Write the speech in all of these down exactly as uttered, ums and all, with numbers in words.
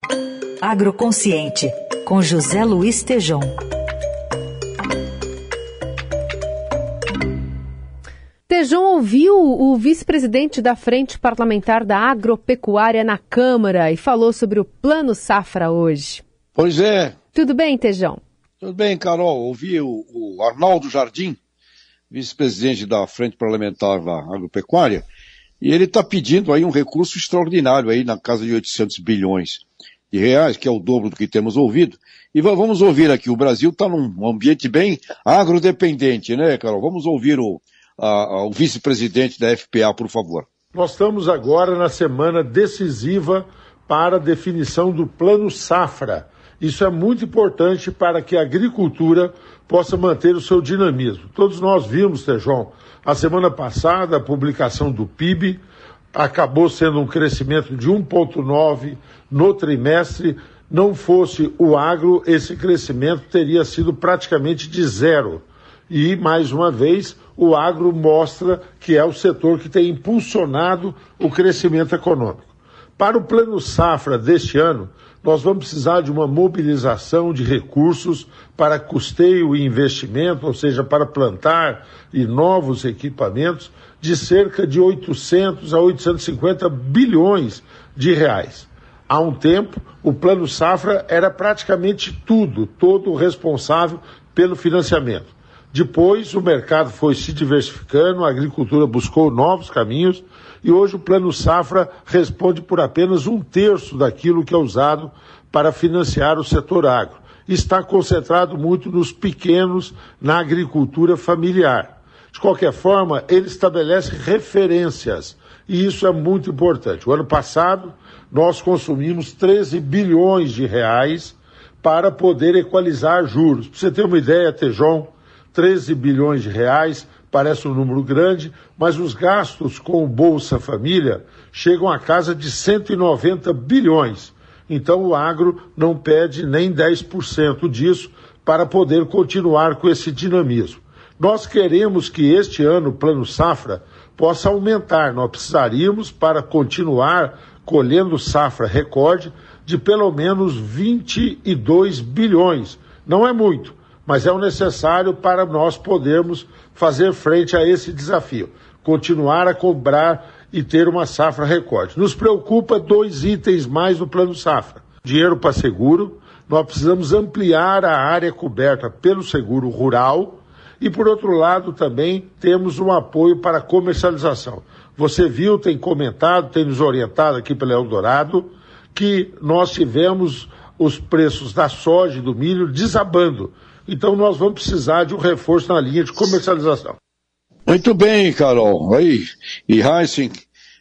Agroconsciente, com José Luiz Tejom. Tejom ouviu o vice-presidente da Frente Parlamentar da Agropecuária na Câmara e falou sobre o Plano Safra hoje. Pois é. Tudo bem, Tejom? Tudo bem, Carol. Ouvi o, o Arnaldo Jardim, vice-presidente da Frente Parlamentar da Agropecuária, e ele está pedindo aí um recurso extraordinário aí na casa de oitocentos bilhões de reais, que é o dobro do que temos ouvido. E vamos ouvir aqui, o Brasil está num ambiente bem agrodependente, né, Carol? Vamos ouvir o, a, a, o vice-presidente da F P A, por favor. Nós estamos agora na semana decisiva para a definição do Plano Safra. Isso é muito importante para que a agricultura possa manter o seu dinamismo. Todos nós vimos, Tejom, a semana passada a publicação do P I B acabou sendo um crescimento de um vírgula nove no trimestre. Não fosse o agro, esse crescimento teria sido praticamente de zero. E, mais uma vez, o agro mostra que é o setor que tem impulsionado o crescimento econômico. Para o Plano Safra deste ano, nós vamos precisar de uma mobilização de recursos para custeio e investimento, ou seja, para plantar e novos equipamentos, de cerca de oitocentos a oitocentos e cinquenta bilhões de reais. Há um tempo, o Plano Safra era praticamente tudo, todo responsável pelo financiamento. Depois, o mercado foi se diversificando, a agricultura buscou novos caminhos e hoje o Plano Safra responde por apenas um terço daquilo que é usado para financiar o setor agro. Está concentrado muito nos pequenos, na agricultura familiar. De qualquer forma, ele estabelece referências e isso é muito importante. O ano passado, nós consumimos treze bilhões de reais para poder equalizar juros. Para você ter uma ideia, Tejom, treze bilhões de reais, parece um número grande, mas os gastos com o Bolsa Família chegam à casa de cento e noventa bilhões. Então o agro não pede nem dez por cento disso para poder continuar com esse dinamismo. Nós queremos que este ano o Plano Safra possa aumentar. Nós precisaríamos, para continuar colhendo safra recorde, de pelo menos vinte e dois bilhões. Não é muito, mas é o necessário para nós podermos fazer frente a esse desafio, continuar a cobrar e ter uma safra recorde. Nos preocupa dois itens mais no Plano Safra. Dinheiro para seguro, nós precisamos ampliar a área coberta pelo seguro rural e, por outro lado, também temos um apoio para a comercialização. Você viu, tem comentado, tem nos orientado aqui pela Eldorado, que nós tivemos os preços da soja e do milho desabando. Então nós vamos precisar de um reforço na linha de comercialização. Muito bem, Carol. Aí, e Heissing,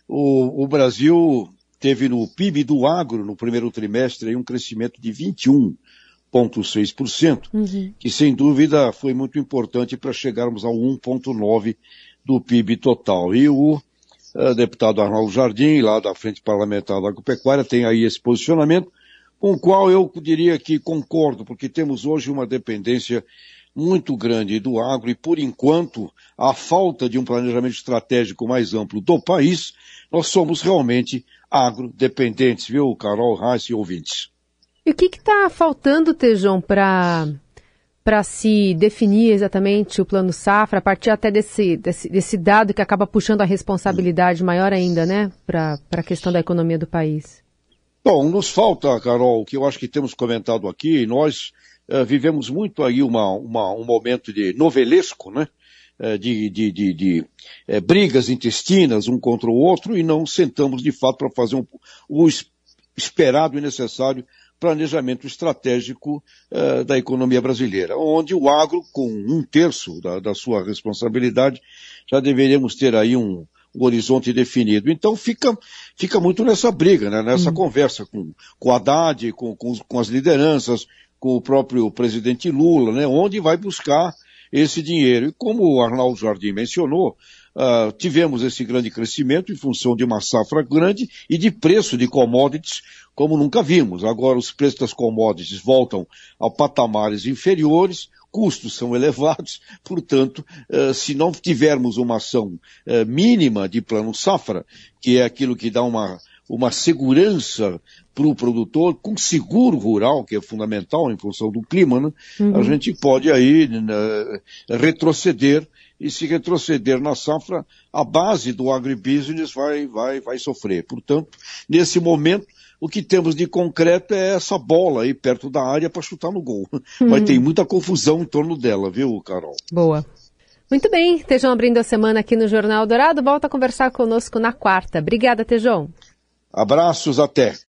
o, o Brasil teve no P I B do agro, no primeiro trimestre, aí, um crescimento de vinte e um vírgula seis por cento, uhum. que sem dúvida foi muito importante para chegarmos ao um vírgula nove por cento do P I B total. E o uh, deputado Arnaldo Jardim, lá da Frente Parlamentar da Agropecuária, tem aí esse posicionamento, com o qual eu diria que concordo, porque temos hoje uma dependência muito grande do agro e, por enquanto, a falta de um planejamento estratégico mais amplo do país, nós somos realmente agrodependentes, viu, Carol, Reis e ouvintes? E o que está faltando, Tejom, para para se definir exatamente o Plano Safra, a partir até desse, desse, desse dado que acaba puxando a responsabilidade maior ainda, né, para a questão da economia do país? Bom, nos falta, Carol, o que eu acho que temos comentado aqui, nós uh, vivemos muito aí uma, uma, um momento de novelesco, né, uh, de, de, de, de uh, brigas intestinas um contra o outro e não sentamos de fato para fazer um, o esperado e necessário planejamento estratégico uh, da economia brasileira, onde o agro, com um terço da, da sua responsabilidade, já deveríamos ter aí um o horizonte definido. Então fica, fica muito nessa briga, né? Nessa hum. conversa com, com o Haddad, com, com, com as lideranças, com o próprio presidente Lula, né? Onde vai buscar esse dinheiro. E como o Arnaldo Jardim mencionou, uh, tivemos esse grande crescimento em função de uma safra grande e de preço de commodities como nunca vimos. Agora os preços das commodities voltam a patamares inferiores, custos são elevados, portanto, uh, se não tivermos uma ação uh, mínima de plano safra, que é aquilo que dá uma, uma segurança para o produtor, com seguro rural, que é fundamental em função do clima, né? Uhum. A gente pode aí né, retroceder, e se retroceder na safra, a base do agribusiness vai, vai, vai sofrer. Portanto, nesse momento, o que temos de concreto é essa bola aí perto da área para chutar no gol. Uhum. Mas tem muita confusão em torno dela, viu, Carol? Boa. Muito bem, Tejon abrindo a semana aqui no Jornal Dourado, volta a conversar conosco na quarta. Obrigada, Tejon. Abraços, até.